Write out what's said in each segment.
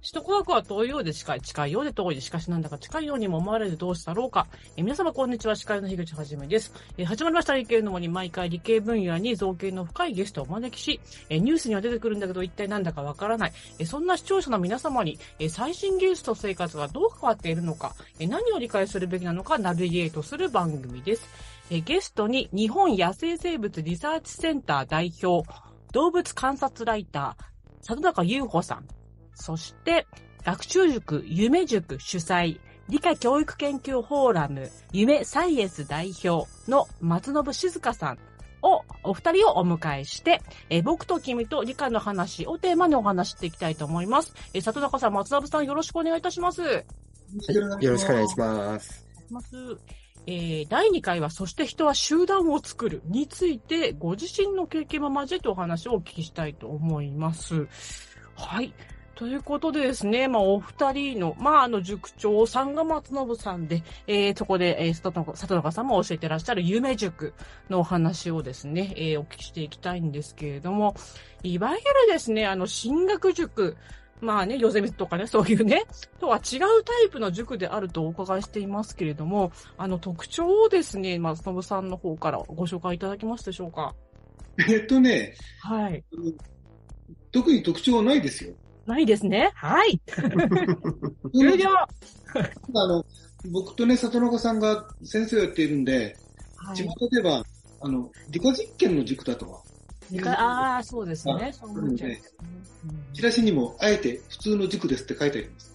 首都科学は遠いようで近い、近いようで遠い、しかしなんだか近いようにも思われるどうしたろうか。皆様こんにちは、司会の樋口はじめです。始まりました理系の森、毎回理系分野に造形の深いゲストをお招きし、ニュースには出てくるんだけど一体なんだかわからない。そんな視聴者の皆様に、最新技術と生活がどう変わっているのか、何を理解するべきなのかナビゲートする番組です。ゲストに日本野生生物リサーチセンター代表、動物観察ライター、里中優穂さん。そして、学習塾、夢塾主催、理科教育研究フォーラム、夢サイエンス代表の松信静香さんを、お二人をお迎えして、僕と君と理科の話をテーマにお話していきたいと思います。里中さん、松信さん、よろしくお願いいたします。 よろしくお願いします。 第2回は、そして人は集団を作るについて、ご自身の経験も交えてお話をお聞きしたいと思います。はい。ということでですね、お二人の、塾長さんが松信さんで、そこで、里中さんも教えてらっしゃる夢塾のお話をですね、お聞きしていきたいんですけれども、いわゆるですね、進学塾、ヨゼミとかね、そういうね、とは違うタイプの塾であるとお伺いしていますけれども、特徴をですね、松信さんの方からご紹介いただけますでしょうか。はい。 特に特徴はないですよ。 ないですね。はい。終了。 僕とね、里中さんが先生をやっているんで、地元では、理科実験の塾だとは。 そうですね。そう思っちゃいますね。 チラシにも、あえて普通の塾ですって書いてあります。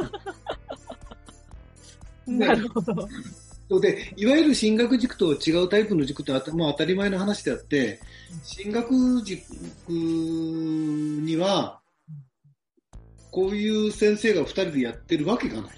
なるほど。 で、いわゆる進学塾と違うタイプの塾って当たり前の話であって、進学塾には、こういう先生が2人でやってるわけがない。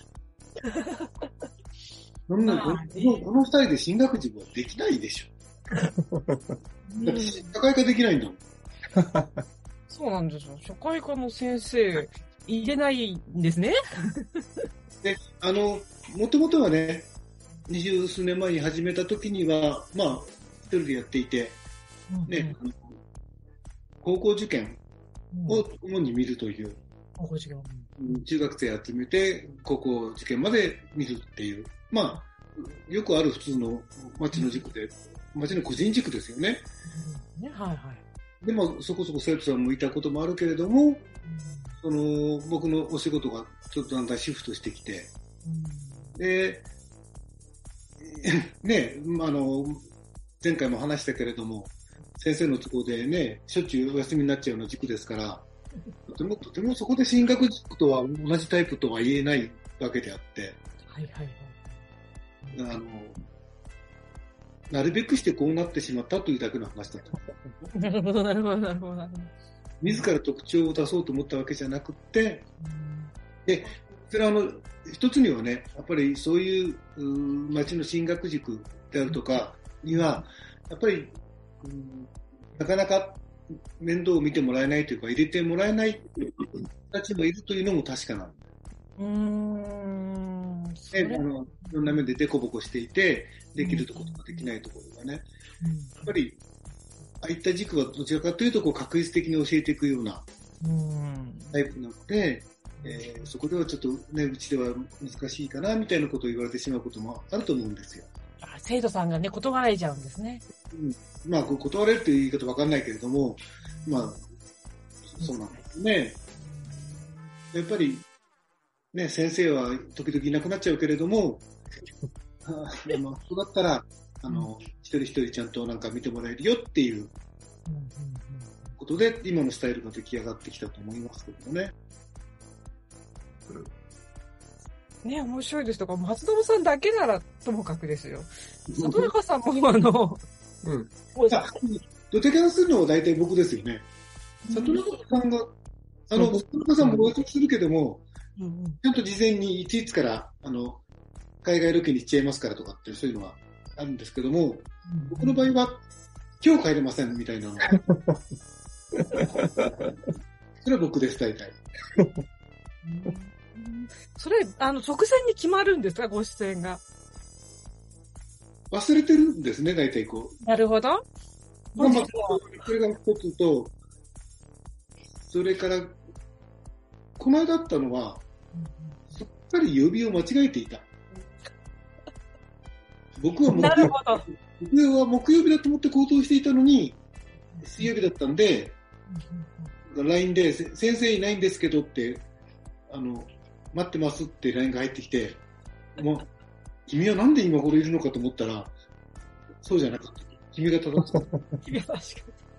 この2人で進学塾はできないでしょ。だって社会科できないんだもん。 そうなんですよ。社会科の先生、入れないんですね。 で、もともとはね、20数年前に始めた時には、一人でやっていて、ね、高校受験を主に見るという。中学生集めて高校受験まで見るっていう、よくある普通の町の塾で、町の個人塾ですよね。でもそこそこ生徒さんもいたこともあるけれども、僕のお仕事がちょっとだんだんシフトしてきて、で、ね、前回も話したけれども、先生の都合でね、しょっちゅうお休みになっちゃうような塾ですから、とてもそこで進学塾とは同じタイプとは言えないわけであって、なるべくしてこうなってしまったというだけの話だと。 なるほど、なるほど、なるほど。 自ら特徴を出そうと思ったわけじゃなくって、で、それは一つにはね、やっぱりそういう町の進学塾であるとかには、やっぱり、なかなか面倒を見てもらえないというか、入れてもらえない人たちもいるというのも確かなんだ。いろんな面でデコボコしていて、できるところとかできないところがね。やっぱり、ああいった軸はどちらかというと、確実的に教えていくようなタイプなので、そこではちょっとね、うちでは難しいかな、みたいなことを言われてしまうこともあると思うんですよ。 生徒さんがね、断られちゃうんですね。 断れるという言い方わかんないけれども、そうなんですね。やっぱり、ね、先生は時々いなくなっちゃうけれども、そうだったら、一人一人ちゃんとなんか見てもらえるよっていうことで、今のスタイルが出来上がってきたと思いますけどね。 ね、面白いですとか、松信さんだけならともかくですよ。里中さんもドタキャンするのは大体僕ですよね。里中さんが、里中さんもお約束するけども、ちゃんと事前にいついつから、海外ロケに行っちゃいますからとかって、そういうのはあるんですけども、僕の場合は、今日帰れませんみたいなの。それは僕です、大体。 それ、直前に決まるんですか、ご出演が。 忘れてるんですね、大体こう。 なるほど。 それが一つと、それから、 この間あったのは、すっかり曜日を間違えていた。僕はなるほど。 木曜日だと思って行動していたのに、水曜日だったんで、LINE で、先生いないんですけどって、待ってますって LINE が入ってきて、もう、君はなんで今頃いるのかと思ったら、そうじゃなかった。君が正しかった。 君は確か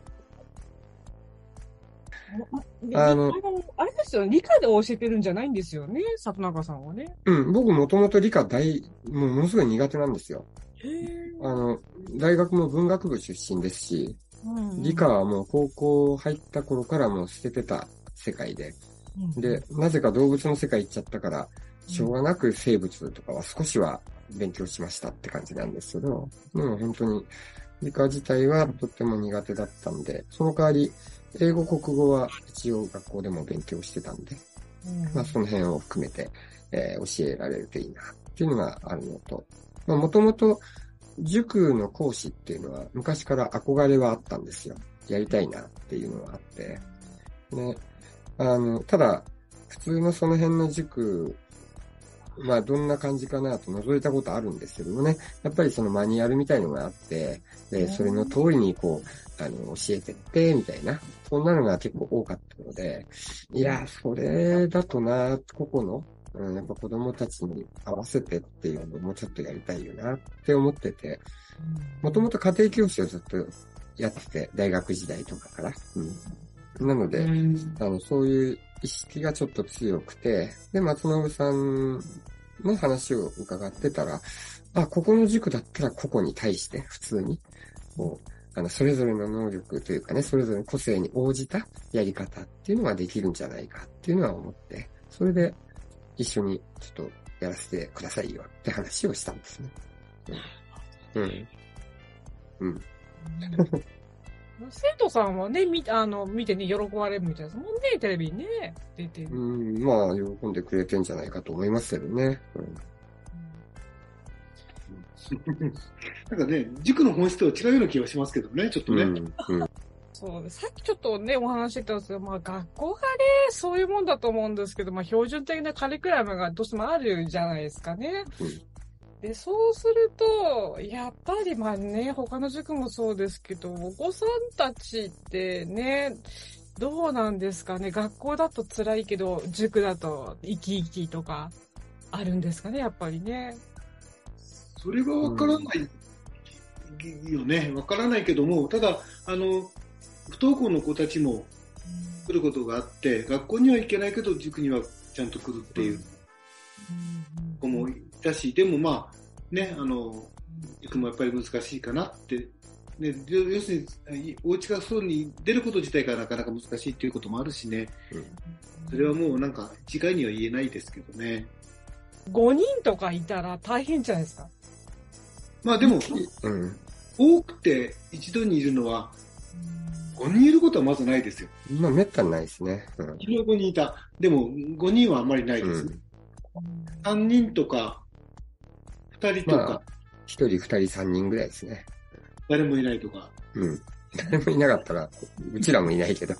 に。あれですよ、理科で教えてるんじゃないんですよね、里中さんはね。 僕もともと理科ものすごい苦手なんですよ。大学も文学部出身ですし、理科はもう高校入った頃からもう捨ててた世界で、で、なぜか動物の世界行っちゃったから、しょうがなく生物とかは少しは勉強しましたって感じなんですけど、でも本当に理科自体はとっても苦手だったんで、その代わり、英語、国語は一応学校でも勉強してたんで、その辺を含めて、教えられるといいなっていうのがあるのと、もともと塾の講師っていうのは昔から憧れはあったんですよ。やりたいなっていうのはあって。ね、ただ、普通のその辺の塾、どんな感じかなと覗いたことあるんですけどもね、やっぱりそのマニュアルみたいのがあって、それの通りに教えてって、みたいな、そんなのが結構多かったので、いや、それだとな、個々の、やっぱ子供たちに合わせてっていうのをもうちょっとやりたいよなって思ってて、もともと家庭教師をずっとやってて、大学時代とかから。なので、そういう意識がちょっと強くて、で、松信さんの話を伺ってたら、ここの塾だったら個々に対して普通に、それぞれの能力というかね、それぞれの個性に応じたやり方っていうのができるんじゃないかっていうのは思って、それで一緒にちょっとやらせてくださいよって話をしたんですね。 生徒さんはね、見てね、喜ばれるみたいですもんね、テレビにね、出て。 喜んでくれてんじゃないかと思いますけどね。 なんかね、塾の本質とは違うような気がしますけどね、ちょっとね。 そうです。さっきちょっとね、お話してたんですけど、学校がね、そういうもんだと思うんですけど、標準的なカリキュラムがどうしてもあるじゃないですかね。で、そうすると、やっぱり他の塾もそうですけど、お子さんたちってね、どうなんですかね。学校だと辛いけど、塾だと生き生きとか、あるんですかね、やっぱりね。 それはわからないよね。わからないけども、ただ、不登校の子たちも来ることがあって、学校には行けないけど、塾にはちゃんと来るっていう子もいたし、でも塾もやっぱり難しいかなって、ね、要するに、お家が外に出ること自体がなかなか難しいっていうこともあるしね、それはもう一概には言えないですけどね。 5人とかいたら大変じゃないですか。 でも、多くて一度にいるのは、5人いることはまずないですよ。 めったにないですね。 昨日5人いた。でも、5人はあんまりないです。3人とか、2人とか。 1人、2人、3人ぐらいですね。 誰もいないとか。 誰もいなかったら、うちらもいないけど。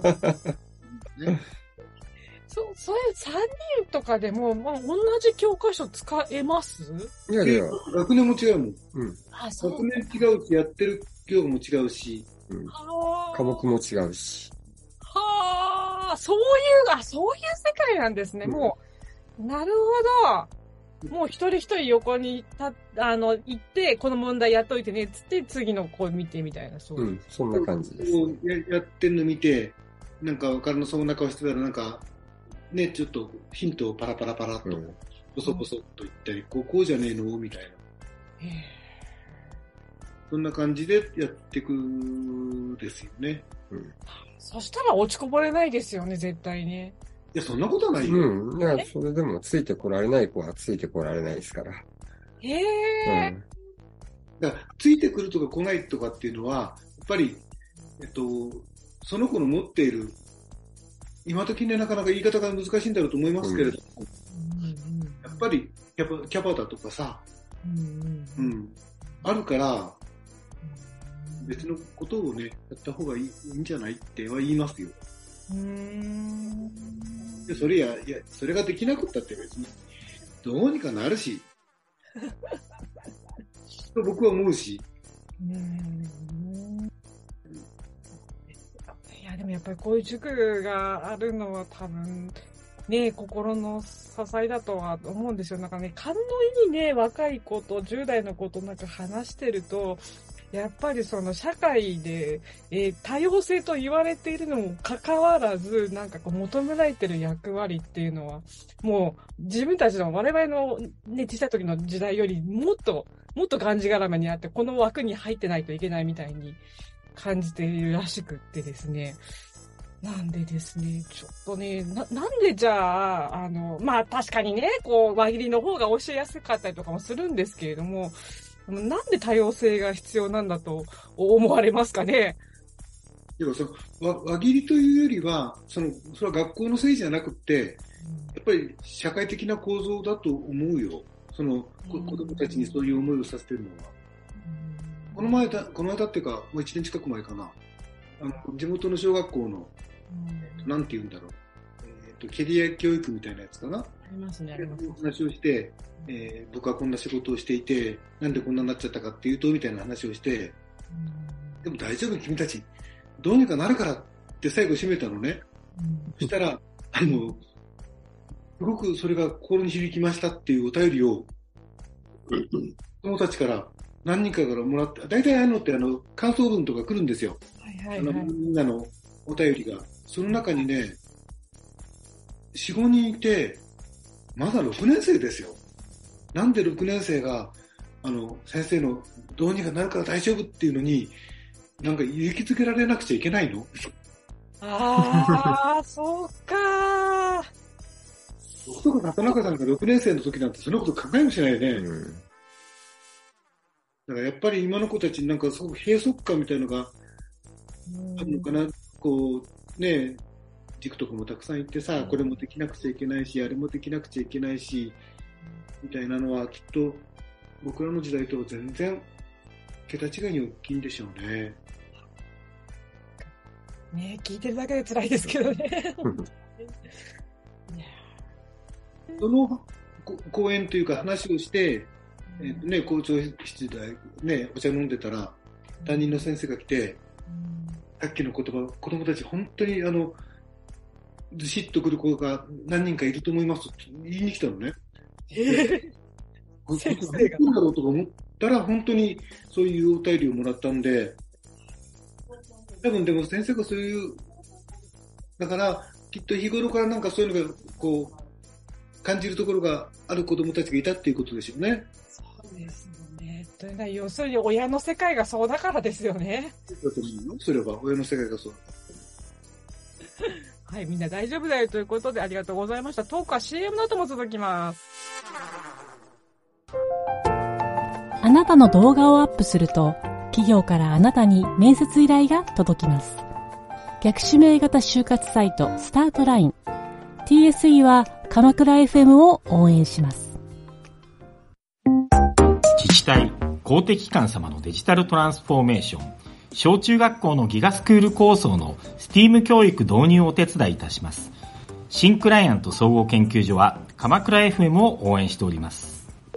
それ3人とかでも、同じ教科書使えます？ いやいや。 学年も違うもん。 学年違うし、やってる教科も違うし。 科目も違うし。 そういう世界なんですね。もう、なるほど。もう一人一人横に行って、この問題やっといてね、つって次の子見てみたいな、 そんな感じです。 やってんの見て、分からなそうな顔してたらね、ちょっとヒントをパラパラパラっと、ボソボソっと言ったり、こうじゃねえのみたいな。そんな感じでやっていくですよね。 そしたら落ちこぼれないですよね、絶対ね。 いや、そんなことはないよ。 いや、それでもついてこられない子はついてこられないですから。 だからついてくるとか来ないとかっていうのは、やっぱり、その子の持っている、今時ね、なかなか言い方が難しいんだろうと思いますけれども、やっぱりキャパだとかさ、あるから、別のことをね、やった方がいいんじゃないっては言いますよ。 でそれができなくったって別に、どうにかなるし、と僕は思うし。 いや、でもやっぱりこういう塾があるのは多分、ね、心の支えだとは思うんですよ。なんかね、勘のいいね、若い子と10代の子となんか話してると、やっぱりその社会で、多様性と言われているのもかかわらず、なんかこう求められてる役割っていうのは、もう自分たちの我々のね、小さい時の時代よりもっとがんじがらめにあって、この枠に入ってないといけないみたいに感じているらしくってですね。なんでですね、ちょっとね、なんでじゃあ、まあ確かにね、こう、輪切りの方が教えやすかったりとかもするんですけれども、なんで多様性が必要なんだと思われますかね。 でも輪切りというよりは、それは学校のせいじゃなくて、やっぱり社会的な構造だと思うよ。子供たちにそういう思いをさせてるのは。この間っていうか、もう1年近く前かな。地元の小学校の、なんて言うんだろう。キャリア教育みたいなやつかな。 ありますね、あります。 話をして、僕はこんな仕事をしていて、なんでこんなになっちゃったかっていうと、みたいな話をして、でも大丈夫、君たち。どうにかなるからって最後締めたのね。そしたら、すごくそれが心に響きましたっていうお便りを、子供たちから何人かからもらって、大体って感想文とか来るんですよ。みんなのお便りが。その中にね、4、5人いて、まだ6年生ですよ。なんで6年生が、先生のどうにかなるから大丈夫っていうのに、なんか勇気づけられなくちゃいけないの？ ああ、そうかー。 僕とか畑中さんが6年生の時なんてそんなこと考えもしないよね。だからやっぱり今の子たちになんかすごく閉塞感みたいなのがあるのかな。こう、ね、塾とかもたくさん行ってさ、これもできなくちゃいけないし、あれもできなくちゃいけないし、みたいなのはきっと僕らの時代とは全然桁違いに大きいんでしょうね。 ね、聞いてるだけで辛いですけどね。 その講演というか話をして、校長室で、ね、お茶飲んでたら、担任の先生が来て、さっきの言葉、子供たち本当にずしっとくる子が何人かいると思いますって言いに来たのね。先生が。何だろうとか思ったら本当にそういうお便りをもらったんで、多分でも先生がそういう、だからきっと日頃からなんかそういうのがこう感じるところがある子供たちがいたっていうことでしょうね。 そうですよね。というのは要するに親の世界がそうだからですよね。 だと思うよ。それは親の世界がそう。 はい、みんな大丈夫だよということでありがとうございました。トークは CM の後も続きます。 あなたの動画をアップすると、企業からあなたに面接依頼が届きます。逆指名型就活サイトスタートライン。TSE は鎌倉 FM を応援します。 自治体、公的機関様のデジタルトランスフォーメーション、小中学校のギガスクール構想の STEAM 教育導入をお手伝いいたします。新クライアント総合研究所は鎌倉 FM を応援しております。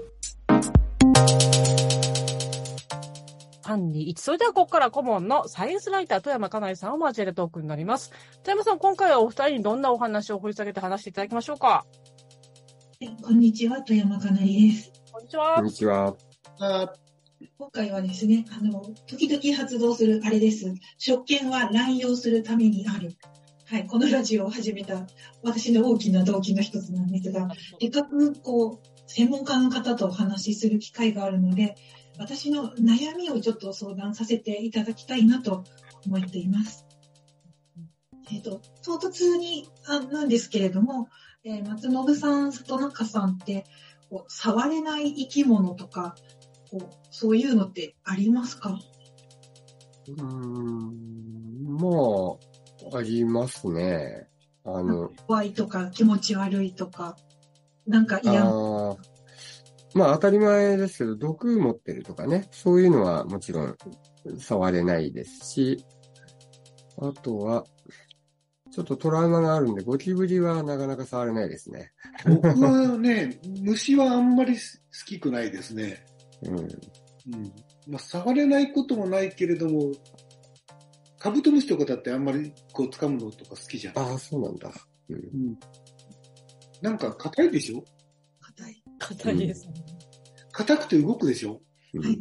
それではここから顧問のサイエンスライター富山かなりさんを交えるトークになります。富山さん、今回はお二人にどんなお話を掘り下げて話していただきましょうか。 こんにちは、富山かなりです。 こんにちは。 こんにちは。 今回はですね、時々発動するあれです。職権は乱用するためにある。はい、このラジオを始めた私の大きな動機の一つなんですが、せっかく専門家の方とお話しする機会があるので、私の悩みをちょっと相談させていただきたいなと思っています。唐突になんですけれども、松信さん、里中さんって触れない生き物とかそういうのってありますか？ まあ、ありますね。 怖いとか気持ち悪いとか、なんか嫌な。 まあ当たり前ですけど、毒持ってるとかね、そういうのはもちろん触れないですし、あとは、 ちょっとトラウマがあるんで、ゴキブリはなかなか触れないですね。 僕はね、虫はあんまり好きくないですね。まあ、触れないこともないけれども、カブトムシとかだってあんまりこう掴むのとか好きじゃん。 ああ、そうなんだ。 なんか硬いでしょ？ 硬いですね。 硬くて動くでしょ？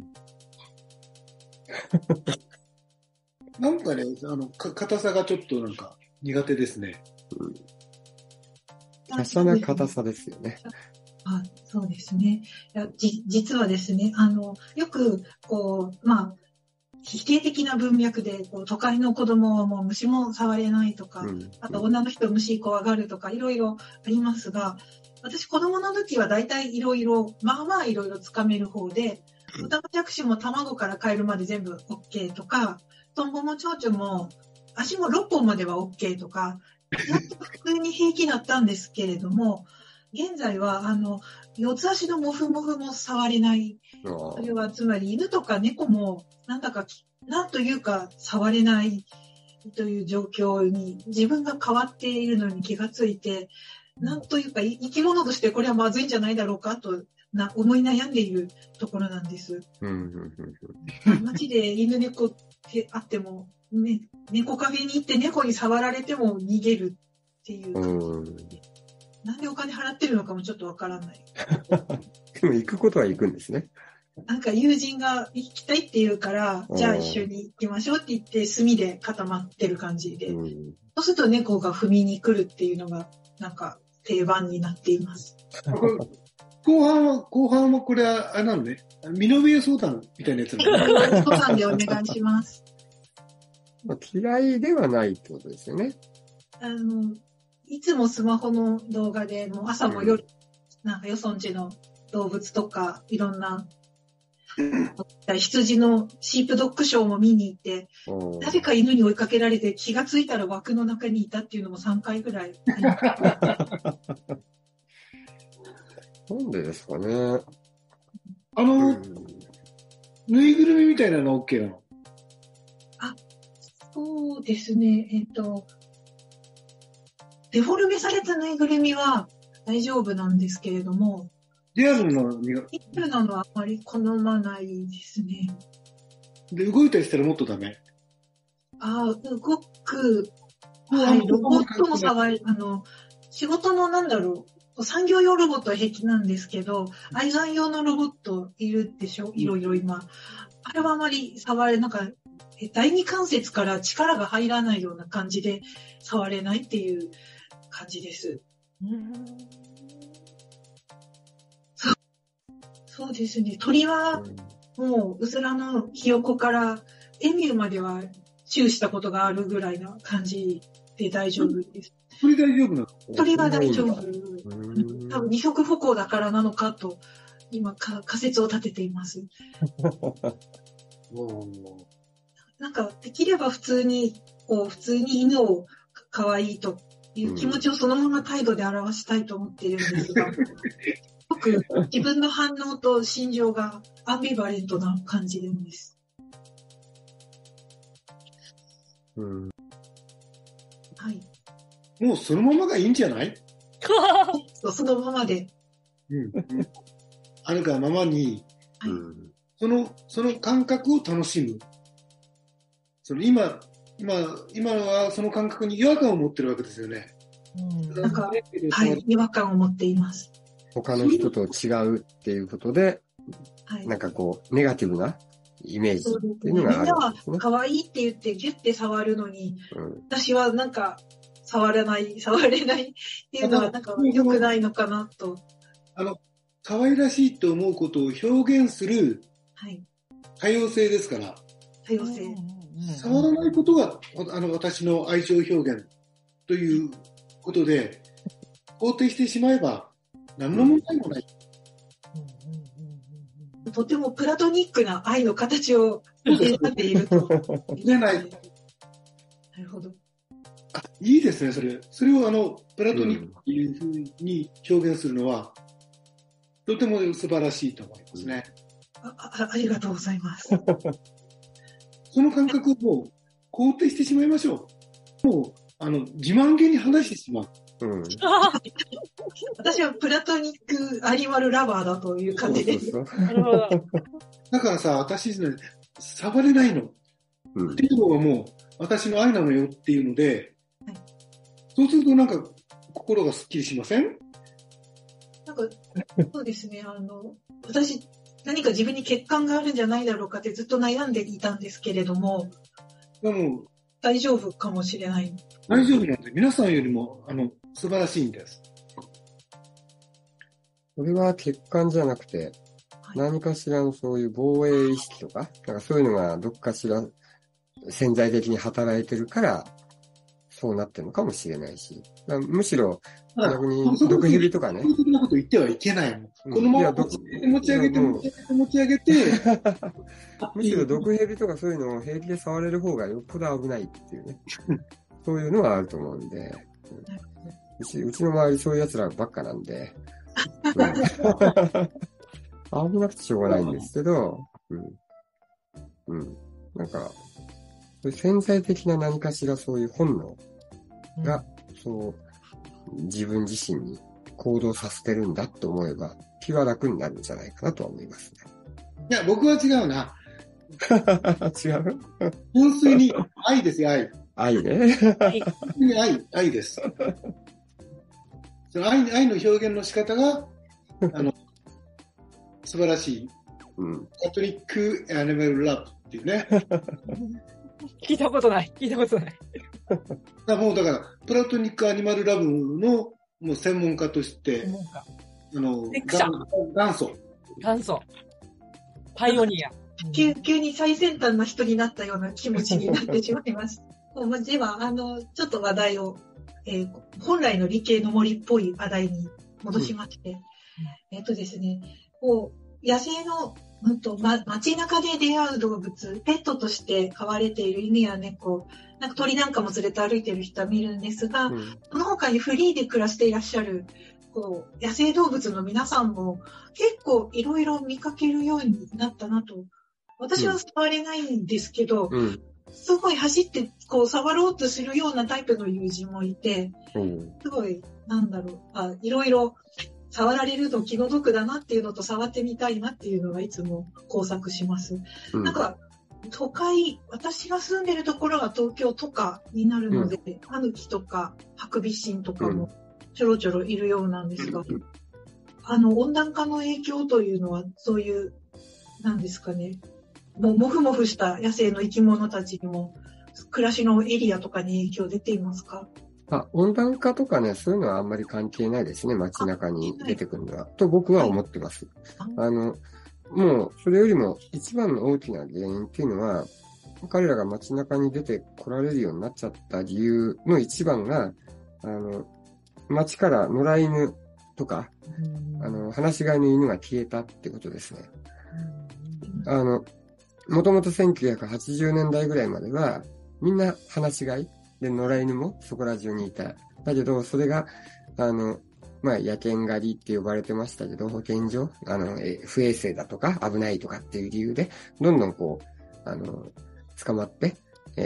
なんかね、硬さがちょっとなんか苦手ですね。 華奢な硬さですよね。 そうですね。実はですね、よく、こう、否定的な文脈で、都会の子供はもう虫も触れないとか、あと女の人虫怖がるとか、いろいろありますが、私子供の時は大体いろいろ掴める方で、オタマジャクシも卵からカエルまで全部 OK とか、トンボも蝶々も足も6本までは OK とか、やっと普通に平気だったんですけれども、現在は、四つ足のモフモフも触れない。それは、つまり犬とか猫も、なんというか触れないという状況に自分が変わっているのに気がついて、なんというか生き物としてこれはまずいんじゃないだろうかと思い悩んでいるところなんです。街で犬猫ってあっても、ね、猫カフェに行って猫に触られても逃げるっていう感じで。なんでお金払ってるのかもちょっとわからない。 でも行くことは行くんですね。 なんか友人が行きたいって言うから、じゃあ一緒に行きましょうって言って炭で固まってる感じで、そうすると猫が踏みに来るっていうのがなんか定番になっています。 後半はこれはあれなのね。身の上相談みたいなやつなの。 相談でお願いします。 嫌いではないってことですよね。 いつもスマホの動画で、もう朝も夜、なんかよそんちの動物とか、いろんな、羊のシープドッグショーも見に行って、誰か犬に追いかけられて気がついたら枠の中にいたっていうのも3回ぐらい。 なんでですかね。 ぬいぐるみみたいなの OK なの？ そうですね。デフォルメされたぬいぐるみは大丈夫なんですけれども、 リアルなのはあまり好まないですね。 で、動いたりしたらもっとダメ？ 動く、ロボットの触り、仕事の産業用ロボットは平気なんですけど、愛玩用のロボットいるでしょ？いろいろ今。あれはあまり触れ、第二関節から力が入らないような感じで触れないっていう感じです。そうですね。鳥はもううずらのひよこからエミューまではチューしたことがあるぐらいな感じで大丈夫です。 鳥大丈夫なの？ 鳥は大丈夫。多分二足歩行だからなのかと今仮説を立てています。できれば普通に犬を可愛いという気持ちをそのまま態度で表したいと思っているんですが、僕、自分の反応と心情がアンビバレントな感じなんです。はい。 もうそのままがいいんじゃない？ そのままで。 あるがままに、その感覚を楽しむ。今はその感覚に違和感を持ってるわけですよね。 違和感を持っています。 他の人と違うっていうことで、ネガティブなイメージっていうのがあるんですね。みんなは可愛いって言ってギュッて触るのに、私は触れないっていうのは良くないのかなと。 可愛らしいと思うことを表現する多様性ですから。 多様性。 触らないことが私の愛情表現ということで肯定してしまえば何の問題もない。 とてもプラトニックな愛の形を選んでいると。 言えない。なるほど。 いいですね、それをプラトニックというふうに表現するのは、とても素晴らしいと思いますね。 ありがとうございます。 その感覚をもう肯定してしまいましょう。もう自慢げに話してしまう。 私はプラトニックアニマルラバーだという感じです。 なるほど。 だからさ、私ね、触れないの。っていうのはもう、私の愛なのよっていうので、そうするとなんか、心がスッキリしません？ なんか、そうですね、私、何か自分に欠陥があるんじゃないだろうかってずっと悩んでいたんですけれども、 でも、 大丈夫かもしれない。 大丈夫なんで、皆さんよりも、素晴らしいんです。 これは欠陥じゃなくて、何かしらのそういう防衛意識とか、なんかそういうのがどっかしら潜在的に働いてるから、そうなってるのかもしれないし、むしろ逆に毒蛇とかね。 そんなこと言ってはいけないもん。このまま持ち上げて、持ち上げて。 むしろ毒蛇とかそういうのを平気で触れる方がよっぽど危ないっていうね。そういうのはあると思うんで、うちの周りそういう奴らばっかなんで、危なくてしょうがないんですけど、なんか、潜在的な何かしらそういう本能が、自分自身に行動させてるんだと思えば、気は楽になるんじゃないかなとは思いますね。 いや、僕は違うな。 違う？ 純粋に愛ですよ、愛。 愛ね。 愛です。その愛の表現の仕方が、素晴らしい。カトリックアニマルラブっていうね。 聞いたことない。 もうだから、プラトニックアニマルラブのもう専門家として、元祖。 パイオニア。 急に最先端な人になったような気持ちになってしまいました。では、ちょっと話題を、本来の理系の森っぽい話題に戻しまして、ですね、野生の街中で出会う動物、ペットとして飼われている犬や猫、なんか鳥なんかも連れて歩いている人は見るんですが、その他にフリーで暮らしていらっしゃる、野生動物の皆さんも結構いろいろ見かけるようになったなと。私は触れないんですけど、すごい走って触ろうとするようなタイプの友人もいて、すごい、いろいろ、触られると気の毒だなっていうのと触ってみたいなっていうのがいつも交錯します。なんか、都会、私が住んでるところは東京とかになるので、タヌキとかハクビシンとかもちょろちょろいるようなんですが、温暖化の影響というのはそういう、なんですかね、もふもふした野生の生き物たちにも暮らしのエリアとかに影響出ていますか？ 温暖化とかね、そういうのはあんまり関係ないですね、街中に出てくるのは。と僕は思ってます。もう、それよりも一番の大きな原因っていうのは、彼らが街中に出て来られるようになっちゃった理由の一番が、街から野良犬とか、放し飼いの犬が消えたってことですね。もともと1980年代ぐらいまでは、みんな放し飼いで、野良犬もそこら中にいた。だけど、それが、野犬狩りって呼ばれてましたけど、保健所、不衛生だとか危ないとかっていう理由で、どんどん捕まって、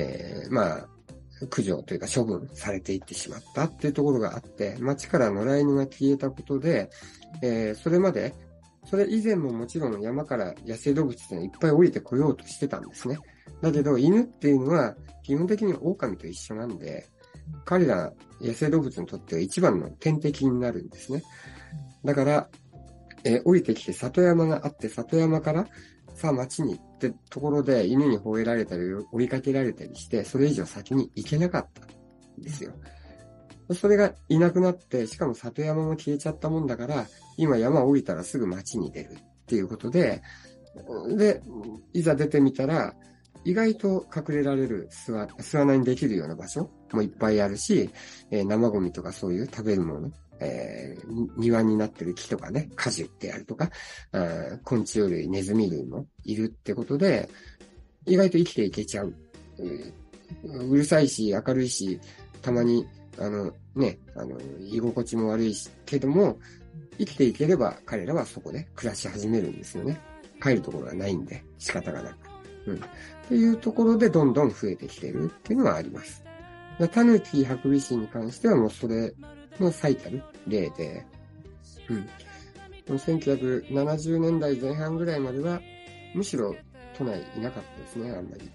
駆除というか処分されていってしまったっていうところがあって、街から野良犬が消えたことで、それ以前ももちろん山から野生動物っていうのはいっぱい降りてこようとしてたんですね。だけど、犬っていうのは基本的に狼と一緒なんで、彼ら野生動物にとっては一番の天敵になるんですね。だから、降りてきて里山があって、里山からさあ町に行ってところで犬に吠えられたり追いかけられたりして、それ以上先に行けなかったんですよ。それがいなくなって、しかも里山も消えちゃったもんだから、今山を降りたらすぐ町に出るっていうことで、いざ出てみたら、意外と隠れられる巣穴にできるような場所もいっぱいあるし、生ゴミとかそういう食べるもの、庭になってる木とかね、果樹ってあるとか、昆虫類、ネズミ類もいるってことで、意外と生きていけちゃう。うるさいし、明るいし、たまに、居心地も悪いし、けども、生きていければ彼らはそこで暮らし始めるんですよね。帰るところがないんで、仕方がなく。っていうところでどんどん増えてきてるっていうのはあります。 タヌキハクビシンに関してはもうそれの最たる例で、1970年代前半ぐらいまでは、むしろ都内いなかったですね、あんまり。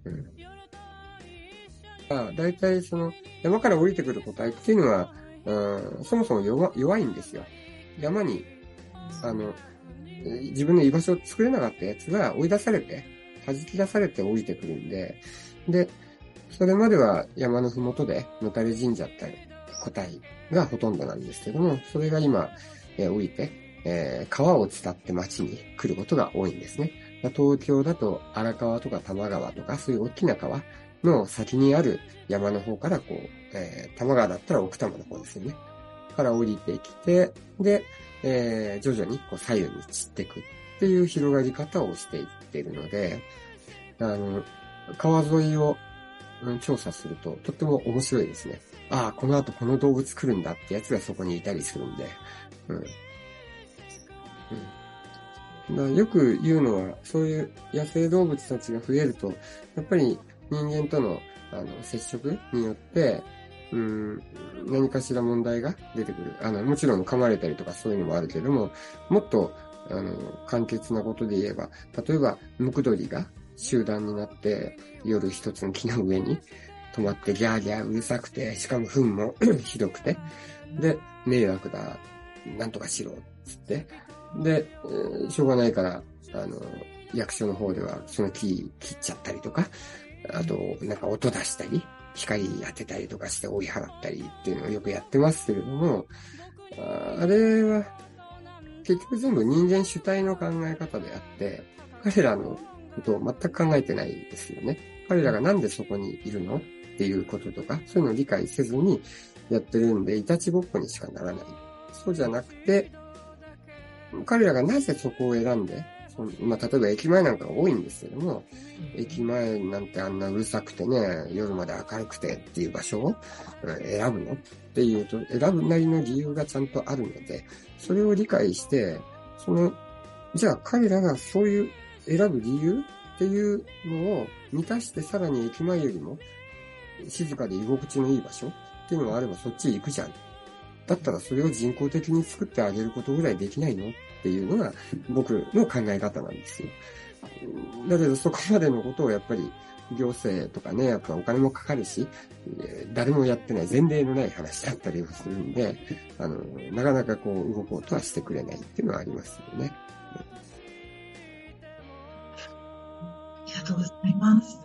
だいたいその山から降りてくる個体っていうのは、そもそも弱いんですよ。山に、自分の居場所を作れなかったやつが追い出されて、弾き出されて降りてくるんで、で、それまでは山のふもとで野垂れ神社って個体がほとんどなんですけども、それが今、降りて、川を伝って町に来ることが多いんですね。東京だと荒川とか多摩川とかそういう大きな川の先にある山の方からこう、多摩川だったら奥多摩の方ですよね。から降りてきて、で、徐々にこう左右に散っていくっていう広がり方をしていっているので、川沿いを調査するととっても面白いですね。ああ、この後この動物来るんだってやつがそこにいたりするんで、よく言うのは、そういう野生動物たちが増えると、やっぱり人間との接触によって、何かしら問題が出てくる。もちろん噛まれたりとかそういうのもあるけども、もっと、簡潔なことで言えば、例えば、ムクドリが集団になって、夜一つの木の上に止まってギャーギャーうるさくて、しかも糞もひどくて、で、迷惑だ、なんとかしろ、つって、で、しょうがないから、役所の方ではその木切っちゃったりとか、あと、なんか音出したり、光当てたりとかして追い払ったりっていうのをよくやってますけれども、あれは結局全部人間主体の考え方であって、彼らのことを全く考えてないですよね。彼らがなんでそこにいるのっていうこととか、そういうのを理解せずにやってるんで、いたちごっこにしかならない。そうじゃなくて、彼らがなぜそこを選んで、例えば駅前なんかが多いんですけども、駅前なんてあんなうるさくてね、夜まで明るくてっていう場所を選ぶのっていうと、選ぶなりの理由がちゃんとあるので、それを理解して、じゃあ彼らがそういう選ぶ理由っていうのを満たしてさらに駅前よりも静かで居心地のいい場所っていうのがあればそっち行くじゃん。だったらそれを人工的に作ってあげることぐらいできないのっていうのが僕の考え方なんですよ。だけどそこまでのことをやっぱり行政とかね、やっぱお金もかかるし、誰もやってない前例のない話だったりもするんで、なかなかこう動こうとはしてくれないっていうのはありますよね。 ありがとうございます。